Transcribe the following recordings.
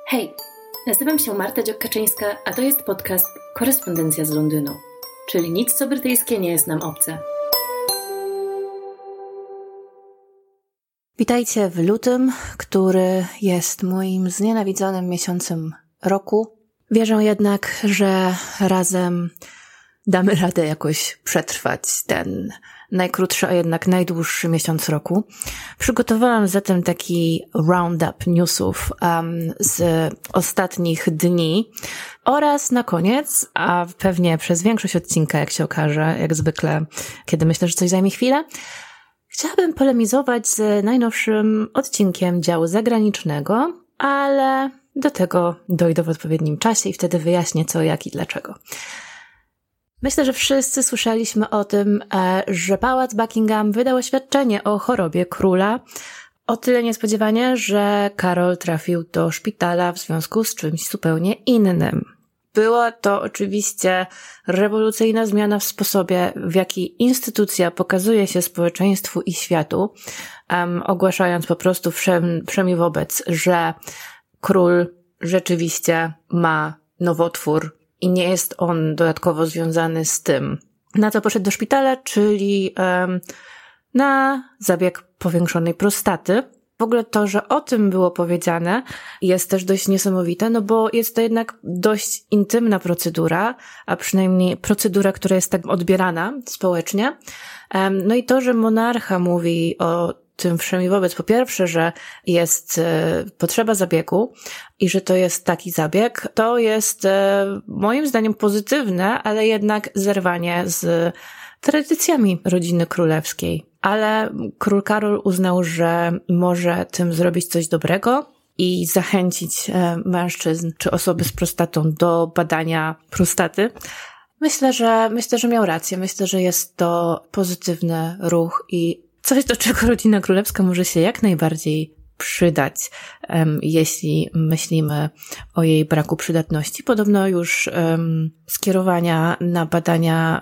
Hej, nazywam się Marta Dziokaczyńska, a to jest podcast Korespondencja z Londynu, czyli nic co brytyjskie nie jest nam obce. Witajcie w lutym, który jest moim znienawidzonym miesiącem roku. Wierzę jednak, że razem damy radę jakoś przetrwać ten najkrótszy, a jednak najdłuższy miesiąc roku. Przygotowałam zatem taki roundup newsów z ostatnich dni oraz na koniec, a pewnie przez większość odcinka, jak się okaże, jak zwykle, kiedy myślę, że coś zajmie chwilę, chciałabym polemizować z najnowszym odcinkiem działu zagranicznego, ale do tego dojdę w odpowiednim czasie i wtedy wyjaśnię co, jak i dlaczego. Myślę, że wszyscy słyszeliśmy o tym, że Pałac Buckingham wydał oświadczenie o chorobie króla. O tyle niespodziewanie, że Karol trafił do szpitala w związku z czymś zupełnie innym. Była to oczywiście rewolucyjna zmiana w sposobie, w jaki instytucja pokazuje się społeczeństwu i światu, ogłaszając po prostu wszemi wobec, że król rzeczywiście ma nowotwór i nie jest on dodatkowo związany z tym, na co poszedł do szpitala, czyli na zabieg powiększonej prostaty. W ogóle to, że o tym było powiedziane, jest też dość niesamowite, no bo jest to jednak dość intymna procedura, a przynajmniej procedura, która jest tak odbierana społecznie. No i to, że monarcha mówi o tym wszemi wobec, po pierwsze, że jest potrzeba zabiegu i że to jest taki zabieg, to jest moim zdaniem pozytywne, ale jednak zerwanie z tradycjami rodziny królewskiej. Ale król Karol uznał, że może tym zrobić coś dobrego i zachęcić mężczyzn czy osoby z prostatą do badania prostaty. Myślę, że miał rację. Myślę, że jest to pozytywny ruch i coś, do czego rodzina królewska może się jak najbardziej przydać, jeśli myślimy o jej braku przydatności. Podobno już skierowania na badania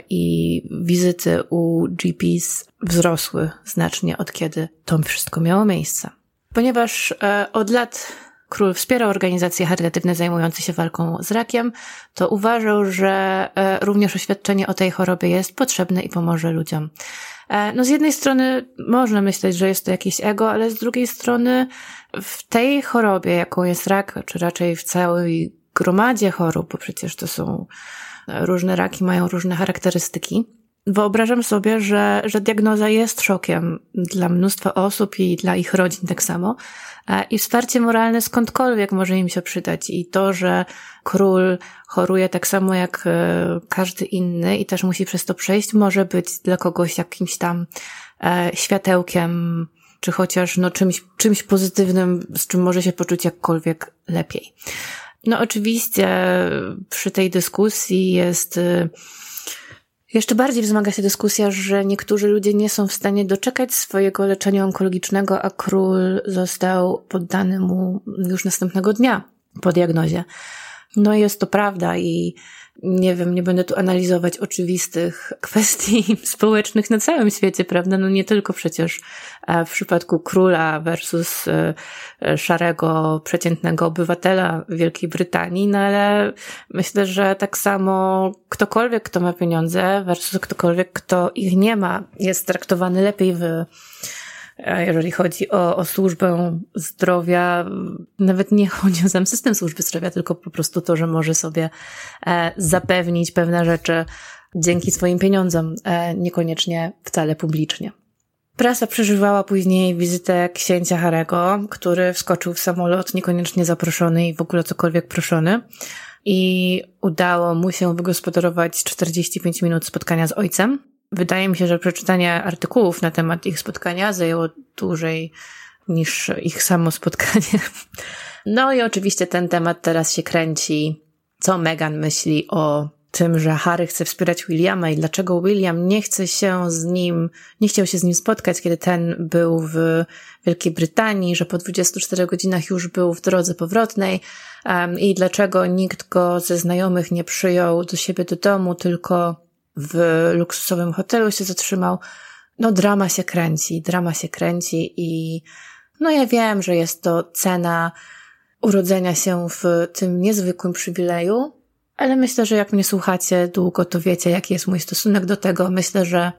i wizyty u GPs wzrosły znacznie od kiedy to wszystko miało miejsce. Ponieważ od lat król wspiera organizacje charytatywne zajmujące się walką z rakiem, to uważał, że również oświadczenie o tej chorobie jest potrzebne i pomoże ludziom. No z jednej strony można myśleć, że jest to jakieś ego, ale z drugiej strony w tej chorobie, jaką jest rak, czy raczej w całej gromadzie chorób, bo przecież to są różne raki, mają różne charakterystyki, wyobrażam sobie, że diagnoza jest szokiem dla mnóstwa osób i dla ich rodzin tak samo. I wsparcie moralne skądkolwiek może im się przydać. I to, że król choruje tak samo jak każdy inny i też musi przez to przejść, może być dla kogoś jakimś tam światełkiem, czy chociaż czymś pozytywnym, z czym może się poczuć jakkolwiek lepiej. No oczywiście przy tej dyskusji jest jeszcze bardziej wzmaga się dyskusja, że niektórzy ludzie nie są w stanie doczekać swojego leczenia onkologicznego, a król został poddany mu już następnego dnia po diagnozie. No jest to prawda i nie wiem, nie będę tu analizować oczywistych kwestii społecznych na całym świecie, prawda? No nie tylko przecież w przypadku króla versus szarego, przeciętnego obywatela Wielkiej Brytanii, no ale myślę, że tak samo ktokolwiek, kto ma pieniądze versus ktokolwiek, kto ich nie ma, jest traktowany lepiej jeżeli chodzi o służbę zdrowia, nawet nie chodzi o sam system służby zdrowia, tylko po prostu to, że może sobie zapewnić pewne rzeczy dzięki swoim pieniądzom, niekoniecznie wcale publicznie. Prasa przeżywała później wizytę księcia Harry'ego, który wskoczył w samolot, niekoniecznie zaproszony i w ogóle cokolwiek proszony. I udało mu się wygospodarować 45 minut spotkania z ojcem. Wydaje mi się, że przeczytanie artykułów na temat ich spotkania zajęło dłużej niż ich samo spotkanie. No i oczywiście ten temat teraz się kręci, co Meghan myśli o tym, że Harry chce wspierać Williama i dlaczego William nie chciał się z nim spotkać, kiedy ten był w Wielkiej Brytanii, że po 24 godzinach już był w drodze powrotnej i dlaczego nikt go ze znajomych nie przyjął do siebie do domu, tylko w luksusowym hotelu się zatrzymał. No drama się kręci i no ja wiem, że jest to cena urodzenia się w tym niezwykłym przywileju, ale myślę, że jak mnie słuchacie długo, to wiecie, jaki jest mój stosunek do tego. Myślę, że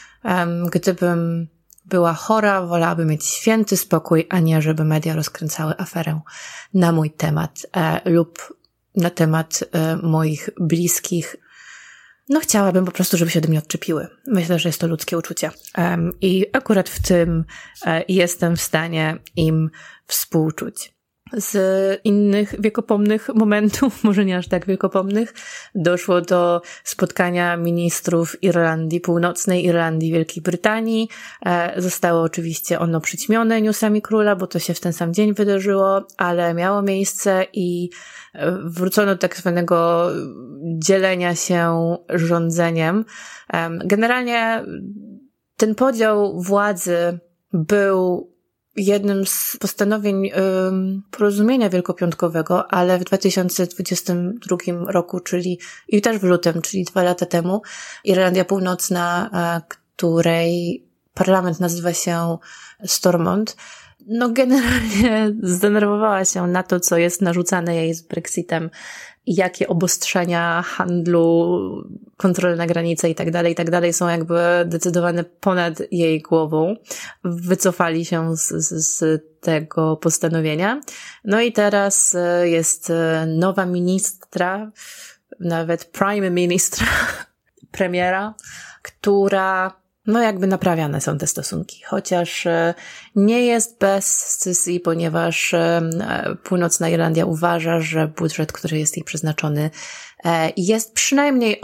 gdybym była chora, wolałabym mieć święty spokój, a nie żeby media rozkręcały aferę na mój temat lub na temat moich bliskich. No chciałabym po prostu, żeby się ode mnie odczepiły. Myślę, że jest to ludzkie uczucie. I akurat w tym jestem w stanie im współczuć. Z innych wiekopomnych momentów, może nie aż tak wiekopomnych, doszło do spotkania ministrów Irlandii Północnej, Irlandii, Wielkiej Brytanii. Zostało oczywiście ono przyćmione newsami króla, bo to się w ten sam dzień wydarzyło, ale miało miejsce i wrócono do tak zwanego dzielenia się rządzeniem. Generalnie ten podział władzy był jednym z postanowień porozumienia wielkopiątkowego, ale w 2022 roku, czyli i też w lutym, czyli 2 lata temu, Irlandia Północna, której parlament nazywa się Stormont, no generalnie zdenerwowała się na to, co jest narzucane jej z Brexitem, jakie obostrzenia handlu, kontrole na granice i tak dalej są jakby decydowane ponad jej głową. Wycofali się z tego postanowienia. No i teraz jest nowa ministra, nawet prime ministra, premiera, która no jakby naprawiane są te stosunki, chociaż nie jest bez scysji, ponieważ Północna Irlandia uważa, że budżet, który jest jej przeznaczony, jest przynajmniej o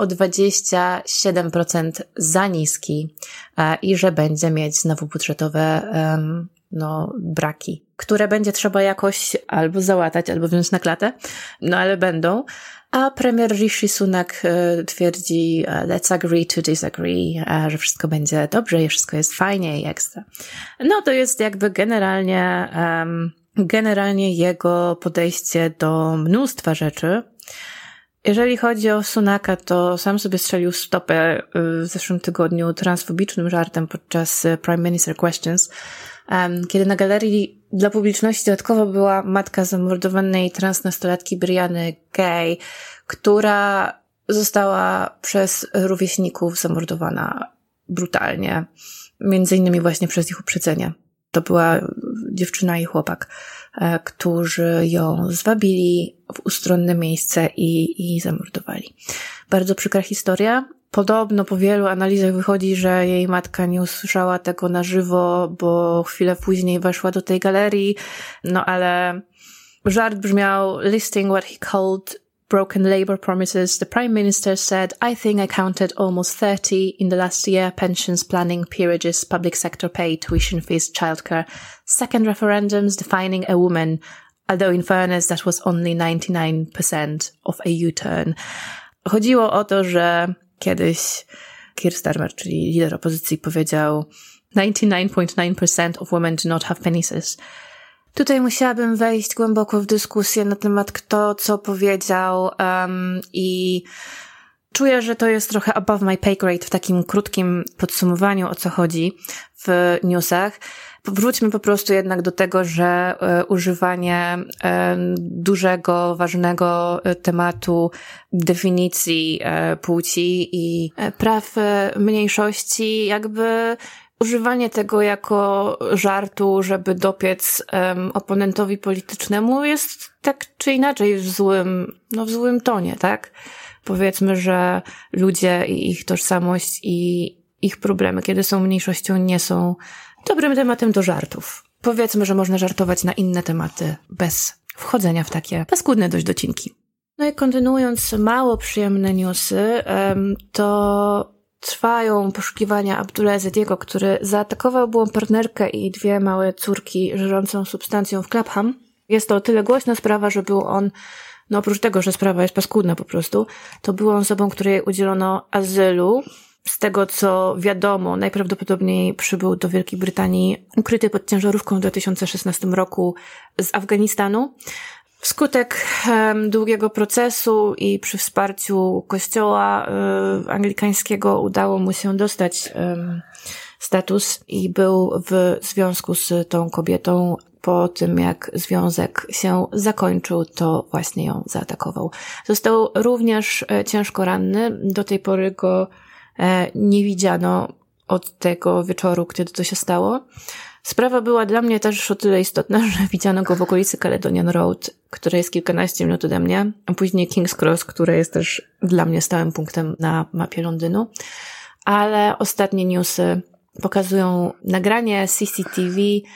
27% za niski i że będzie mieć znowu budżetowe braki, które będzie trzeba jakoś albo załatać, albo wziąć na klatę, no ale będą. A premier Rishi Sunak twierdzi let's agree to disagree, że wszystko będzie dobrze i wszystko jest fajnie i ekstra. No to jest jakby generalnie jego podejście do mnóstwa rzeczy. Jeżeli chodzi o Sunaka, to sam sobie strzelił w stopę w zeszłym tygodniu transfobicznym żartem podczas Prime Minister Questions, kiedy na galerii dla publiczności dodatkowo była matka zamordowanej transnastolatki Brianny Gay, która została przez rówieśników zamordowana brutalnie, między innymi właśnie przez ich uprzedzenie. To była dziewczyna i chłopak, którzy ją zwabili w ustronne miejsce i zamordowali. Bardzo przykra historia. Podobno po wielu analizach wychodzi, że jej matka nie usłyszała tego na żywo, bo chwilę później weszła do tej galerii. No ale żart brzmiał listing what he called broken labor promises. The Prime Minister said, I think I counted almost 30 in the last year: pensions, planning, peerages, public sector pay, tuition fees, childcare, second referendums defining a woman, although in fairness that was only 99% of a U-turn. Chodziło o to, że kiedyś Keir Starmer, czyli lider opozycji, powiedział 99.9% of women do not have penises. Tutaj musiałabym wejść głęboko w dyskusję na temat kto co powiedział i czuję, że to jest trochę above my pay grade w takim krótkim podsumowaniu, o co chodzi w newsach. Wróćmy po prostu jednak do tego, że używanie dużego, ważnego tematu definicji płci i praw mniejszości, jakby używanie tego jako żartu, żeby dopiec oponentowi politycznemu jest tak czy inaczej w złym tonie, tak? Powiedzmy, że ludzie i ich tożsamość i ich problemy, kiedy są mniejszością, nie są dobrym tematem do żartów. Powiedzmy, że można żartować na inne tematy bez wchodzenia w takie paskudne dość docinki. No i kontynuując mało przyjemne newsy, to trwają poszukiwania Abdulazediego, który zaatakował byłą partnerkę i 2 małe córki żerącą substancją w Clapham. Jest to o tyle głośna sprawa, że był on, no oprócz tego, że sprawa jest paskudna po prostu, to był on osobą, której udzielono azylu. Z tego, co wiadomo, najprawdopodobniej przybył do Wielkiej Brytanii ukryty pod ciężarówką w 2016 roku z Afganistanu. Wskutek długiego procesu i przy wsparciu kościoła anglikańskiego udało mu się dostać status i był w związku z tą kobietą po tym, jak związek się zakończył, to właśnie ją zaatakował. Został również ciężko ranny. Do tej pory go nie widziano od tego wieczoru, kiedy to się stało. Sprawa była dla mnie też o tyle istotna, że widziano go w okolicy Caledonian Road, które jest kilkanaście minut ode mnie, a później King's Cross, które jest też dla mnie stałym punktem na mapie Londynu. Ale ostatnie newsy pokazują nagranie CCTV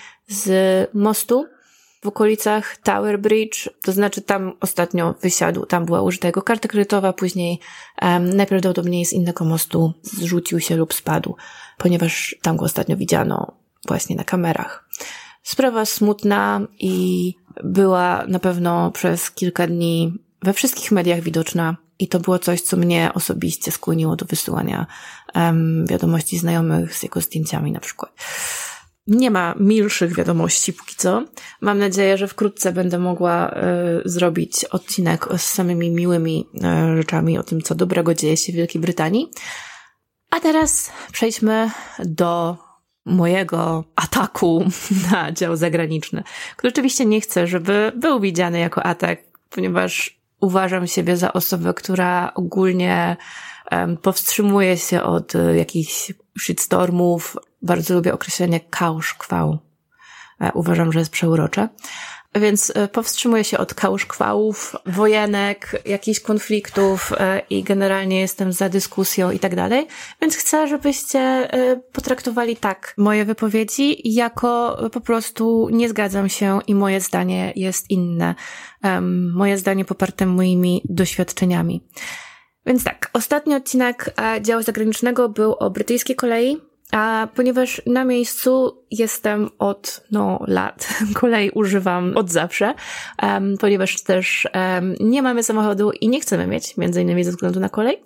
z mostu w okolicach Tower Bridge, to znaczy tam ostatnio wysiadł, tam była użyta jego karta kredytowa, później najprawdopodobniej z innego mostu zrzucił się lub spadł, ponieważ tam go ostatnio widziano właśnie na kamerach. Sprawa smutna i była na pewno przez kilka dni we wszystkich mediach widoczna i to było coś, co mnie osobiście skłoniło do wysyłania wiadomości znajomych z jego zdjęciami na przykład. Nie ma milszych wiadomości póki co. Mam nadzieję, że wkrótce będę mogła zrobić odcinek z samymi miłymi rzeczami o tym, co dobrego dzieje się w Wielkiej Brytanii. A teraz przejdźmy do mojego ataku na dział zagraniczny, który oczywiście nie chcę, żeby był widziany jako atak, ponieważ uważam siebie za osobę, która ogólnie powstrzymuje się od jakichś shitstormów. Bardzo lubię określenie kałszkwał. Uważam, że jest przeurocze. Więc powstrzymuję się od kałszkwałów, wojenek, jakichś konfliktów i generalnie jestem za dyskusją i tak dalej. Więc chcę, żebyście potraktowali tak moje wypowiedzi jako po prostu nie zgadzam się i moje zdanie jest inne. Moje zdanie poparte moimi doświadczeniami. Więc tak, ostatni odcinek działu zagranicznego był o brytyjskiej kolei, a ponieważ na miejscu jestem od lat, kolei używam od zawsze, ponieważ też nie mamy samochodu i nie chcemy mieć, między innymi ze względu na kolej.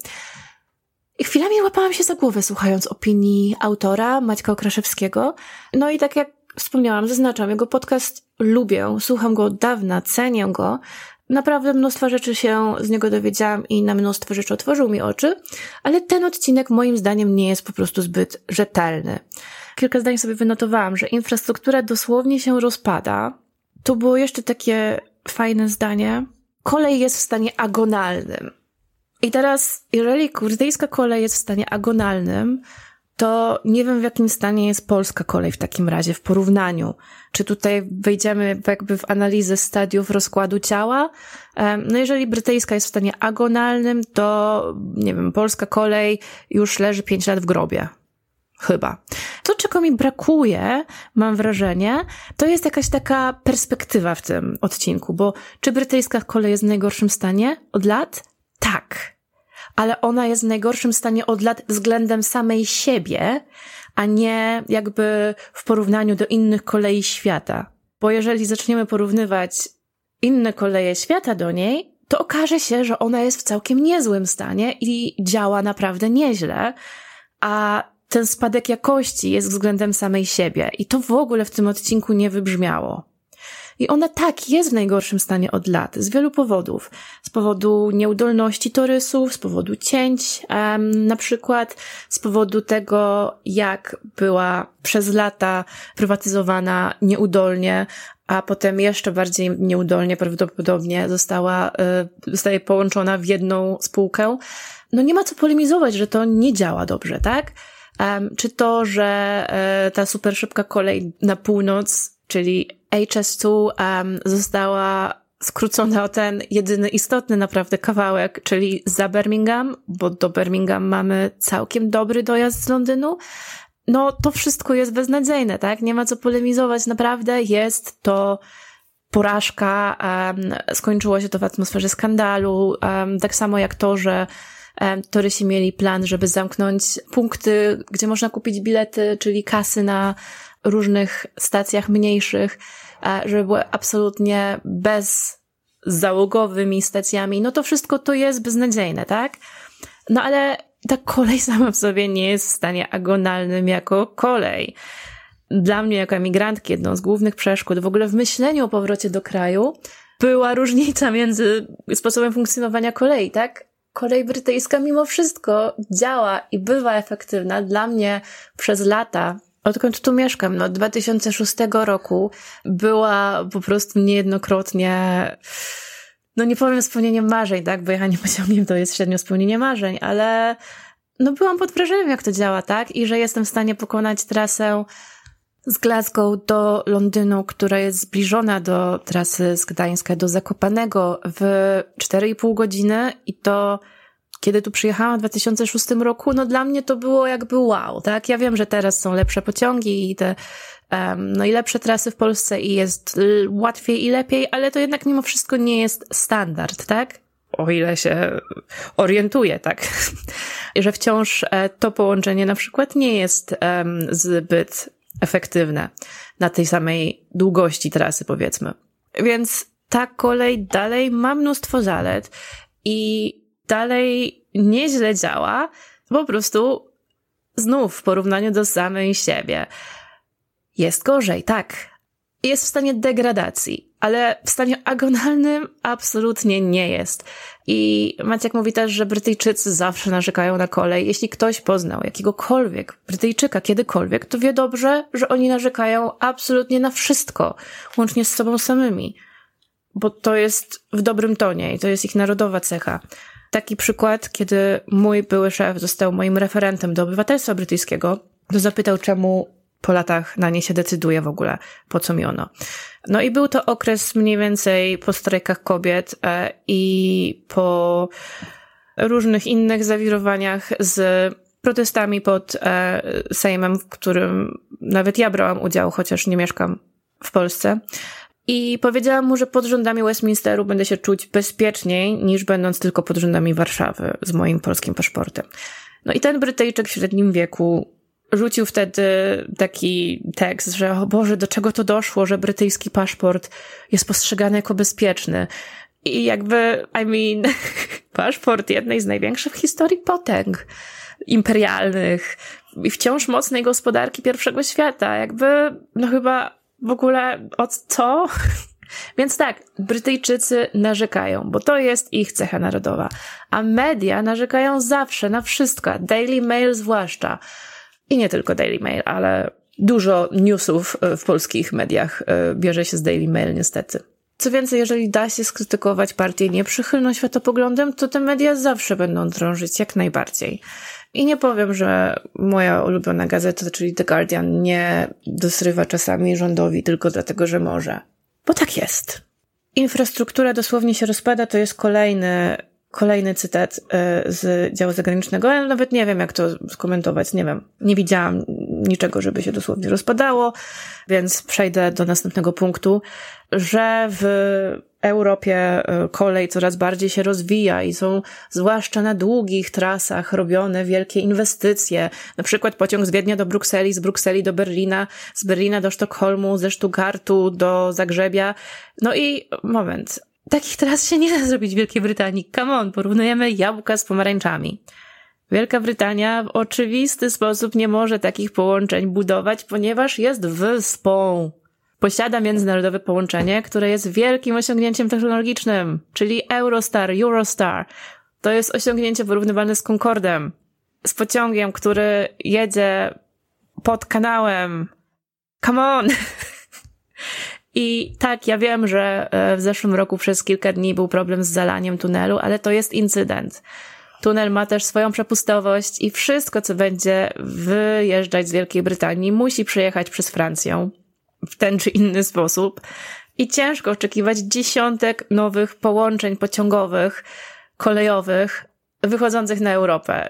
I chwilami łapałam się za głowę, słuchając opinii autora, Maćka Okraszewskiego. No i tak jak wspomniałam, zaznaczam, jego podcast lubię, słucham go od dawna, cenię go. Naprawdę mnóstwo rzeczy się z niego dowiedziałam i na mnóstwo rzeczy otworzył mi oczy, ale ten odcinek moim zdaniem nie jest po prostu zbyt rzetelny. Kilka zdań sobie wynotowałam, że infrastruktura dosłownie się rozpada. Tu było jeszcze takie fajne zdanie. Kolej jest w stanie agonalnym. I teraz, jeżeli brytyjska kolej jest w stanie agonalnym, to nie wiem, w jakim stanie jest polska kolej w takim razie, w porównaniu. Czy tutaj wejdziemy jakby w analizę stadiów rozkładu ciała? No jeżeli brytyjska jest w stanie agonalnym, to, nie wiem, polska kolej już leży 5 lat w grobie. Chyba. To, czego mi brakuje, mam wrażenie, to jest jakaś taka perspektywa w tym odcinku, bo czy brytyjska kolej jest w najgorszym stanie od lat? Tak. Ale ona jest w najgorszym stanie od lat względem samej siebie, a nie jakby w porównaniu do innych kolei świata. Bo jeżeli zaczniemy porównywać inne koleje świata do niej, to okaże się, że ona jest w całkiem niezłym stanie i działa naprawdę nieźle, a ten spadek jakości jest względem samej siebie. I to w ogóle w tym odcinku nie wybrzmiało. I ona tak jest w najgorszym stanie od lat, z wielu powodów. Z powodu nieudolności torysów, z powodu cięć, na przykład z powodu tego, jak była przez lata prywatyzowana nieudolnie, a potem jeszcze bardziej nieudolnie prawdopodobnie zostaje połączona w jedną spółkę. No nie ma co polemizować, że to nie działa dobrze, tak? Czy to, że ta super szybka kolej na północ, czyli HS2 została skrócona o ten jedyny istotny naprawdę kawałek, czyli za Birmingham, bo do Birmingham mamy całkiem dobry dojazd z Londynu. No to wszystko jest beznadziejne, tak? Nie ma co polemizować, naprawdę jest to porażka, skończyło się to w atmosferze skandalu, tak samo jak to, że torysi mieli plan, żeby zamknąć punkty, gdzie można kupić bilety, czyli kasy na różnych stacjach mniejszych, żeby były absolutnie bezzałogowymi stacjami. No to wszystko to jest beznadziejne, tak? No ale ta kolej sama w sobie nie jest w stanie agonalnym jako kolej. Dla mnie jako emigrantki jedną z głównych przeszkód w ogóle w myśleniu o powrocie do kraju była różnica między sposobem funkcjonowania kolei, tak? Kolej brytyjska mimo wszystko działa i bywa efektywna. Dla mnie przez lata odkąd tu mieszkam, 2006 roku była po prostu niejednokrotnie, nie powiem spełnieniem marzeń, tak, bo jechanie pociągiem to jest średnio spełnienie marzeń, ale byłam pod wrażeniem, jak to działa, tak, i że jestem w stanie pokonać trasę z Glasgow do Londynu, która jest zbliżona do trasy z Gdańska do Zakopanego w 4,5 godziny i to kiedy tu przyjechałam w 2006 roku, dla mnie to było jakby wow, tak? Ja wiem, że teraz są lepsze pociągi i te, i lepsze trasy w Polsce i jest łatwiej i lepiej, ale to jednak mimo wszystko nie jest standard, tak? O ile się orientuję, tak? Że wciąż to połączenie na przykład nie jest zbyt efektywne na tej samej długości trasy, powiedzmy. Więc ta kolej dalej ma mnóstwo zalet i dalej nieźle działa, po prostu znów w porównaniu do samej siebie jest gorzej, tak. Jest w stanie degradacji, ale w stanie agonalnym absolutnie nie jest. I Maciek mówi też, że Brytyjczycy zawsze narzekają na kolej. Jeśli ktoś poznał jakiegokolwiek Brytyjczyka kiedykolwiek, to wie dobrze, że oni narzekają absolutnie na wszystko, łącznie z sobą samymi. Bo to jest w dobrym tonie i to jest ich narodowa cecha. Taki przykład, kiedy mój były szef został moim referentem do obywatelstwa brytyjskiego, to zapytał, czemu po latach na nie się decyduje w ogóle, po co mi ono. I był to okres mniej więcej po strajkach kobiet i po różnych innych zawirowaniach z protestami pod Sejmem, w którym nawet ja brałam udział, chociaż nie mieszkam w Polsce. I powiedziałam mu, że pod rządami Westminsteru będę się czuć bezpieczniej, niż będąc tylko pod rządami Warszawy z moim polskim paszportem. I ten Brytyjczyk w średnim wieku rzucił wtedy taki tekst, że o Boże, do czego to doszło, że brytyjski paszport jest postrzegany jako bezpieczny. I jakby, paszport jednej z największych w historii potęg imperialnych i wciąż mocnej gospodarki pierwszego świata. Chyba w ogóle od co? Więc tak, Brytyjczycy narzekają, bo to jest ich cecha narodowa. A media narzekają zawsze na wszystko. Daily Mail zwłaszcza. I nie tylko Daily Mail, ale dużo newsów w polskich mediach bierze się z Daily Mail niestety. Co więcej, jeżeli da się skrytykować partię nieprzychylną światopoglądem, to te media zawsze będą drążyć jak najbardziej. I nie powiem, że moja ulubiona gazeta, czyli The Guardian, nie dosrywa czasami rządowi tylko dlatego, że może. Bo tak jest. Infrastruktura dosłownie się rozpada, to jest kolejny cytat z działu zagranicznego. Ja nawet nie wiem, jak to skomentować, nie wiem. Nie widziałam niczego, żeby się dosłownie rozpadało, więc przejdę do następnego punktu, że w Europie kolej coraz bardziej się rozwija i są zwłaszcza na długich trasach robione wielkie inwestycje. Na przykład pociąg z Wiednia do Brukseli, z Brukseli do Berlina, z Berlina do Sztokholmu, ze Stuttgartu do Zagrzebia. I moment. Takich tras się nie da zrobić w Wielkiej Brytanii. Come on, porównujemy jabłka z pomarańczami. Wielka Brytania w oczywisty sposób nie może takich połączeń budować, ponieważ jest wyspą. Posiada międzynarodowe połączenie, które jest wielkim osiągnięciem technologicznym, czyli Eurostar. To jest osiągnięcie porównywalne z Concordem, z pociągiem, który jedzie pod kanałem. Come on! I tak, ja wiem, że w zeszłym roku przez kilka dni był problem z zalaniem tunelu, ale to jest incydent. Tunel ma też swoją przepustowość i wszystko, co będzie wyjeżdżać z Wielkiej Brytanii, musi przejechać przez Francję w ten czy inny sposób. I ciężko oczekiwać dziesiątek nowych połączeń pociągowych, kolejowych, wychodzących na Europę.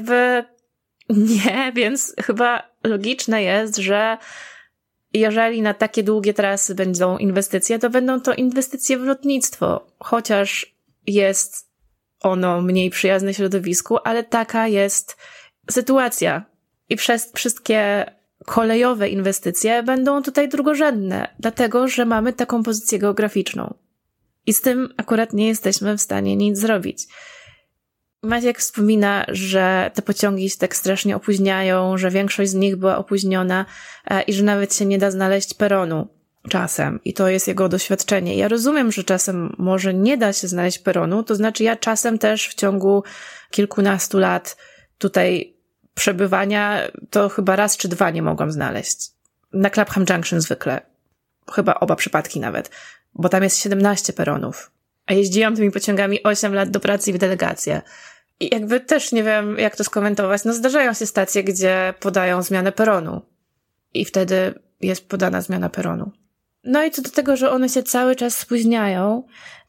Nie, więc chyba logiczne jest, że jeżeli na takie długie trasy będą inwestycje, to będą to inwestycje w lotnictwo, chociaż jest ono mniej przyjazne środowisku, ale taka jest sytuacja. I przez wszystkie kolejowe inwestycje będą tutaj drugorzędne, dlatego, że mamy taką pozycję geograficzną. I z tym akurat nie jesteśmy w stanie nic zrobić. Maciek wspomina, że te pociągi się tak strasznie opóźniają, że większość z nich była opóźniona i że nawet się nie da znaleźć peronu czasem. I to jest jego doświadczenie. Ja rozumiem, że czasem może nie da się znaleźć peronu, to znaczy ja czasem też w ciągu kilkunastu lat tutaj przebywania to chyba raz czy dwa nie mogłam znaleźć. Na Clapham Junction zwykle. Chyba oba przypadki nawet. Bo tam jest 17 peronów. A jeździłam tymi pociągami 8 lat do pracy i w delegację. I jakby też nie wiem, jak to skomentować. No zdarzają się stacje, gdzie podają zmianę peronu. I wtedy jest podana zmiana peronu. No i co do tego, że one się cały czas spóźniają,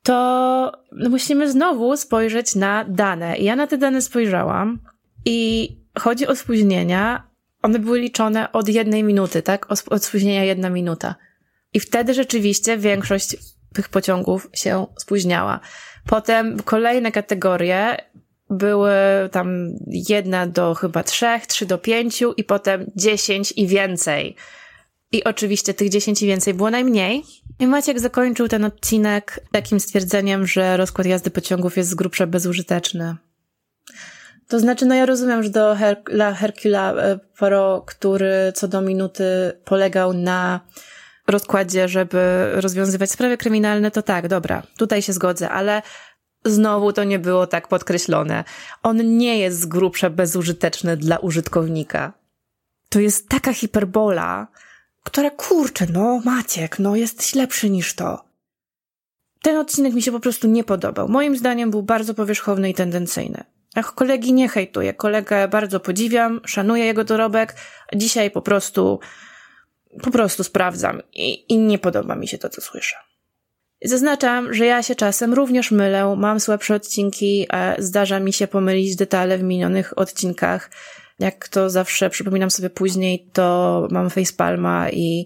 to musimy znowu spojrzeć na dane. I ja na te dane spojrzałam i chodzi o spóźnienia. One były liczone od 1 minuty, tak? Od spóźnienia 1 minuta. I wtedy rzeczywiście większość tych pociągów się spóźniała. Potem kolejne kategorie były tam 1 do chyba 3, 3 do 5 i potem 10 i więcej. I oczywiście tych 10 i więcej było najmniej. I Maciek zakończył ten odcinek takim stwierdzeniem, że rozkład jazdy pociągów jest z grubsza bezużyteczny. To znaczy, no ja rozumiem, że do Hercule Poirot, który co do minuty polegał na rozkładzie, żeby rozwiązywać sprawy kryminalne, to tak, dobra, tutaj się zgodzę, ale znowu to nie było tak podkreślone. On nie jest z grubsza bezużyteczny dla użytkownika. To jest taka hiperbola, która, kurczę, no Maciek, no jesteś lepszy niż to. Ten odcinek mi się po prostu nie podobał. Moim zdaniem był bardzo powierzchowny i tendencyjny. Ach, kolegi nie hejtuję. Kolegę bardzo podziwiam, szanuję jego dorobek. Dzisiaj po prostu sprawdzam i nie podoba mi się to, co słyszę. Zaznaczam, że ja się czasem również mylę, mam słabsze odcinki, zdarza mi się pomylić detale w minionych odcinkach. Jak to zawsze przypominam sobie później, to mam facepalma i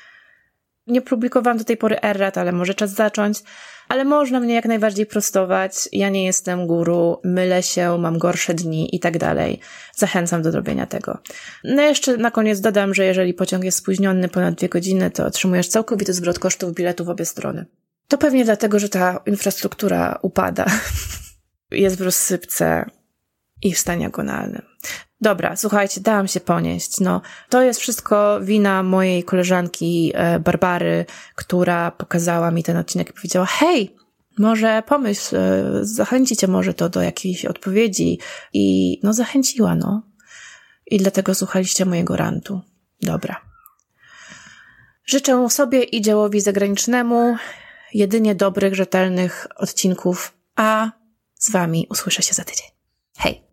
nie publikowałam do tej pory errat, ale może czas zacząć. Ale można mnie jak najbardziej prostować. Ja nie jestem guru, mylę się, mam gorsze dni i tak dalej. Zachęcam do zrobienia tego. No jeszcze na koniec dodam, że jeżeli pociąg jest spóźniony ponad 2 godziny, to otrzymujesz całkowity zwrot kosztów biletu w obie strony. To pewnie dlatego, że ta infrastruktura upada. Jest w rozsypce i w stanie agonalnym. Dobra, słuchajcie, dałam się ponieść. No, to jest wszystko wina mojej koleżanki Barbary, która pokazała mi ten odcinek i powiedziała: hej, może pomyśl, zachęci cię może to do jakiejś odpowiedzi. I no zachęciła, no. I dlatego słuchaliście mojego rantu. Dobra. Życzę sobie i działowi zagranicznemu jedynie dobrych, rzetelnych odcinków, a z wami usłyszę się za tydzień. Hej!